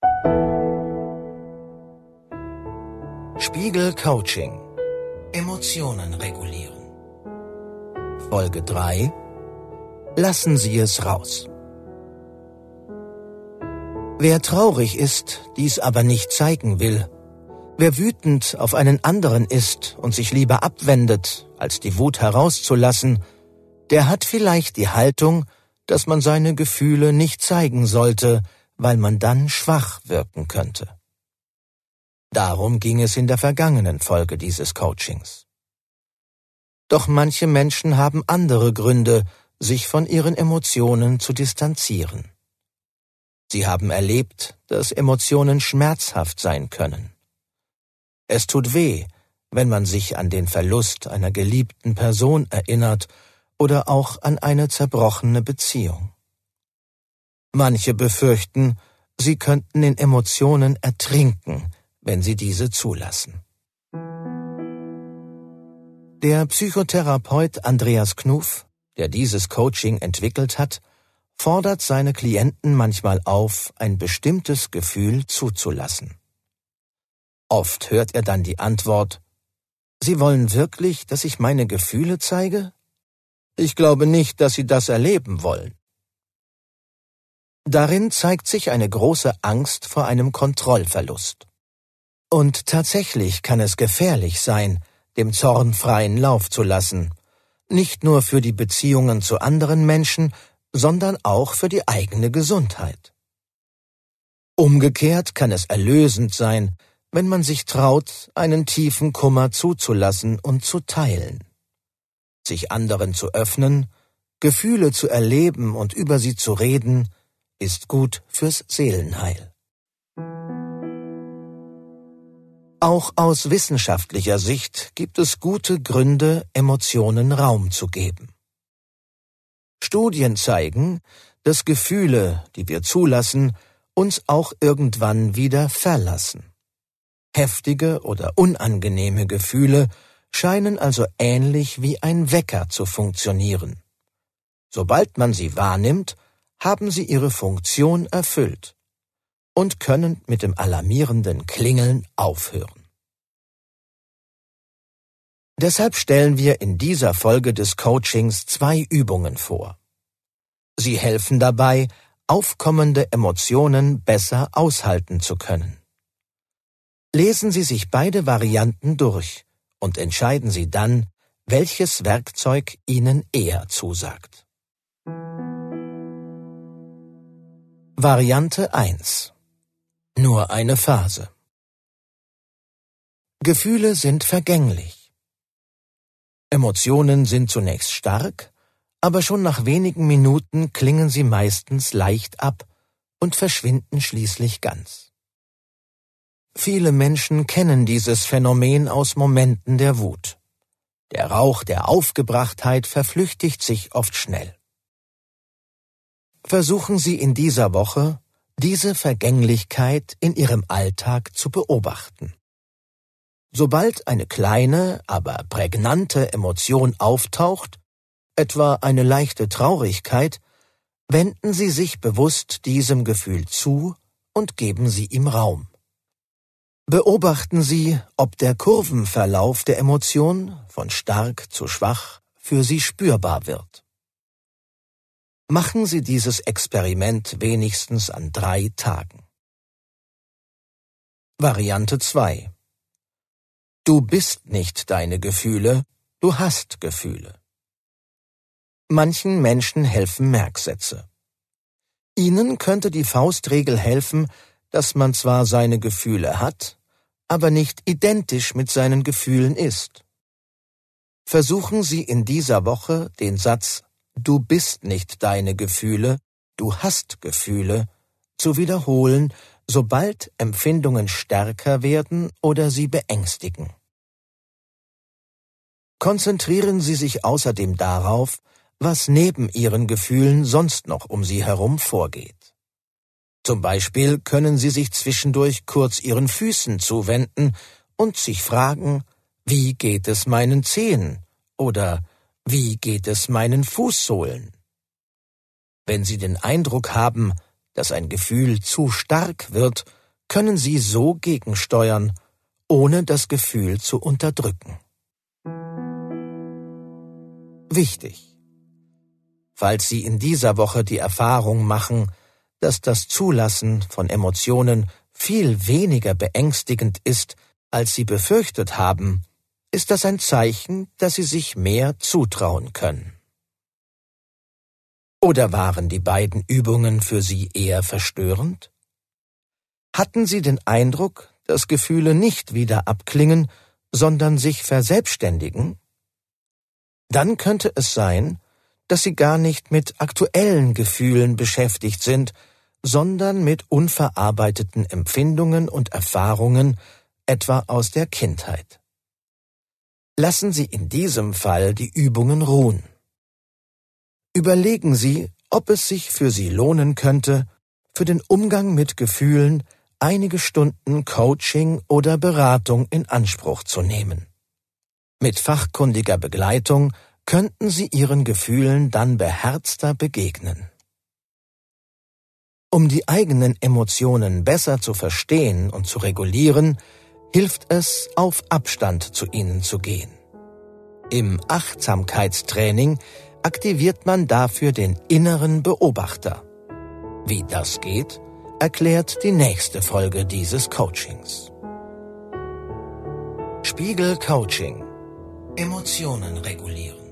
Spiegel Coaching. Emotionen regulieren. Folge 3. Lassen Sie es raus. Wer traurig ist, dies aber nicht zeigen will, wer wütend auf einen anderen ist und sich lieber abwendet, als die Wut herauszulassen, der hat vielleicht die Haltung, dass man seine Gefühle nicht zeigen sollte, weil man dann schwach wirken könnte. Darum ging es in der vergangenen Folge dieses Coachings. Doch manche Menschen haben andere Gründe, sich von ihren Emotionen zu distanzieren. Sie haben erlebt, dass Emotionen schmerzhaft sein können. Es tut weh, wenn man sich an den Verlust einer geliebten Person erinnert oder auch an eine zerbrochene Beziehung. Manche befürchten, sie könnten in Emotionen ertrinken, wenn sie diese zulassen. Der Psychotherapeut Andreas Knuff, der dieses Coaching entwickelt hat, fordert seine Klienten manchmal auf, ein bestimmtes Gefühl zuzulassen. Oft hört er dann die Antwort: Sie wollen wirklich, dass ich meine Gefühle zeige? Ich glaube nicht, dass Sie das erleben wollen. Darin zeigt sich eine große Angst vor einem Kontrollverlust. Und tatsächlich kann es gefährlich sein, dem Zorn freien Lauf zu lassen, nicht nur für die Beziehungen zu anderen Menschen, sondern auch für die eigene Gesundheit. Umgekehrt kann es erlösend sein, wenn man sich traut, einen tiefen Kummer zuzulassen und zu teilen. Sich anderen zu öffnen, Gefühle zu erleben und über sie zu reden, ist gut fürs Seelenheil. Auch aus wissenschaftlicher Sicht gibt es gute Gründe, Emotionen Raum zu geben. Studien zeigen, dass Gefühle, die wir zulassen, uns auch irgendwann wieder verlassen. Heftige oder unangenehme Gefühle scheinen also ähnlich wie ein Wecker zu funktionieren. Sobald man sie wahrnimmt, haben sie ihre Funktion erfüllt und können mit dem alarmierenden Klingeln aufhören. Deshalb stellen wir in dieser Folge des Coachings 2 Übungen vor. Sie helfen dabei, aufkommende Emotionen besser aushalten zu können. Lesen Sie sich beide Varianten durch und entscheiden Sie dann, welches Werkzeug Ihnen eher zusagt. Variante 1. Nur eine Phase. Gefühle sind vergänglich. Emotionen sind zunächst stark, aber schon nach wenigen Minuten klingen sie meistens leicht ab und verschwinden schließlich ganz. Viele Menschen kennen dieses Phänomen aus Momenten der Wut. Der Rauch der Aufgebrachtheit verflüchtigt sich oft schnell. Versuchen Sie in dieser Woche, diese Vergänglichkeit in Ihrem Alltag zu beobachten. Sobald eine kleine, aber prägnante Emotion auftaucht, etwa eine leichte Traurigkeit, wenden Sie sich bewusst diesem Gefühl zu und geben Sie ihm Raum. Beobachten Sie, ob der Kurvenverlauf der Emotion von stark zu schwach für Sie spürbar wird. Machen Sie dieses Experiment wenigstens an 3 Tagen. Variante 2. Du bist nicht deine Gefühle, du hast Gefühle. Manchen Menschen helfen Merksätze. Ihnen könnte die Faustregel helfen, dass man zwar seine Gefühle hat, aber nicht identisch mit seinen Gefühlen ist. Versuchen Sie in dieser Woche den Satz „Du bist nicht deine Gefühle, du hast Gefühle“ zu wiederholen, sobald Empfindungen stärker werden oder sie beängstigen. Konzentrieren Sie sich außerdem darauf, was neben Ihren Gefühlen sonst noch um Sie herum vorgeht. Zum Beispiel können Sie sich zwischendurch kurz Ihren Füßen zuwenden und sich fragen, wie geht es meinen Zehen oder wie geht es meinen Fußsohlen? Wenn Sie den Eindruck haben, dass ein Gefühl zu stark wird, können Sie so gegensteuern, ohne das Gefühl zu unterdrücken. Wichtig: Falls Sie in dieser Woche die Erfahrung machen, dass das Zulassen von Emotionen viel weniger beängstigend ist, als Sie befürchtet haben, ist das ein Zeichen, dass Sie sich mehr zutrauen können. Oder waren die beiden Übungen für Sie eher verstörend? Hatten Sie den Eindruck, dass Gefühle nicht wieder abklingen, sondern sich verselbstständigen? Dann könnte es sein, dass Sie gar nicht mit aktuellen Gefühlen beschäftigt sind, sondern mit unverarbeiteten Empfindungen und Erfahrungen, etwa aus der Kindheit. Lassen Sie in diesem Fall die Übungen ruhen. Überlegen Sie, ob es sich für Sie lohnen könnte, für den Umgang mit Gefühlen einige Stunden Coaching oder Beratung in Anspruch zu nehmen. Mit fachkundiger Begleitung könnten Sie Ihren Gefühlen dann beherzter begegnen. Um die eigenen Emotionen besser zu verstehen und zu regulieren, hilft es, auf Abstand zu ihnen zu gehen. Im Achtsamkeitstraining aktiviert man dafür den inneren Beobachter. Wie das geht, erklärt die nächste Folge dieses Coachings. Spiegel Coaching: Emotionen regulieren.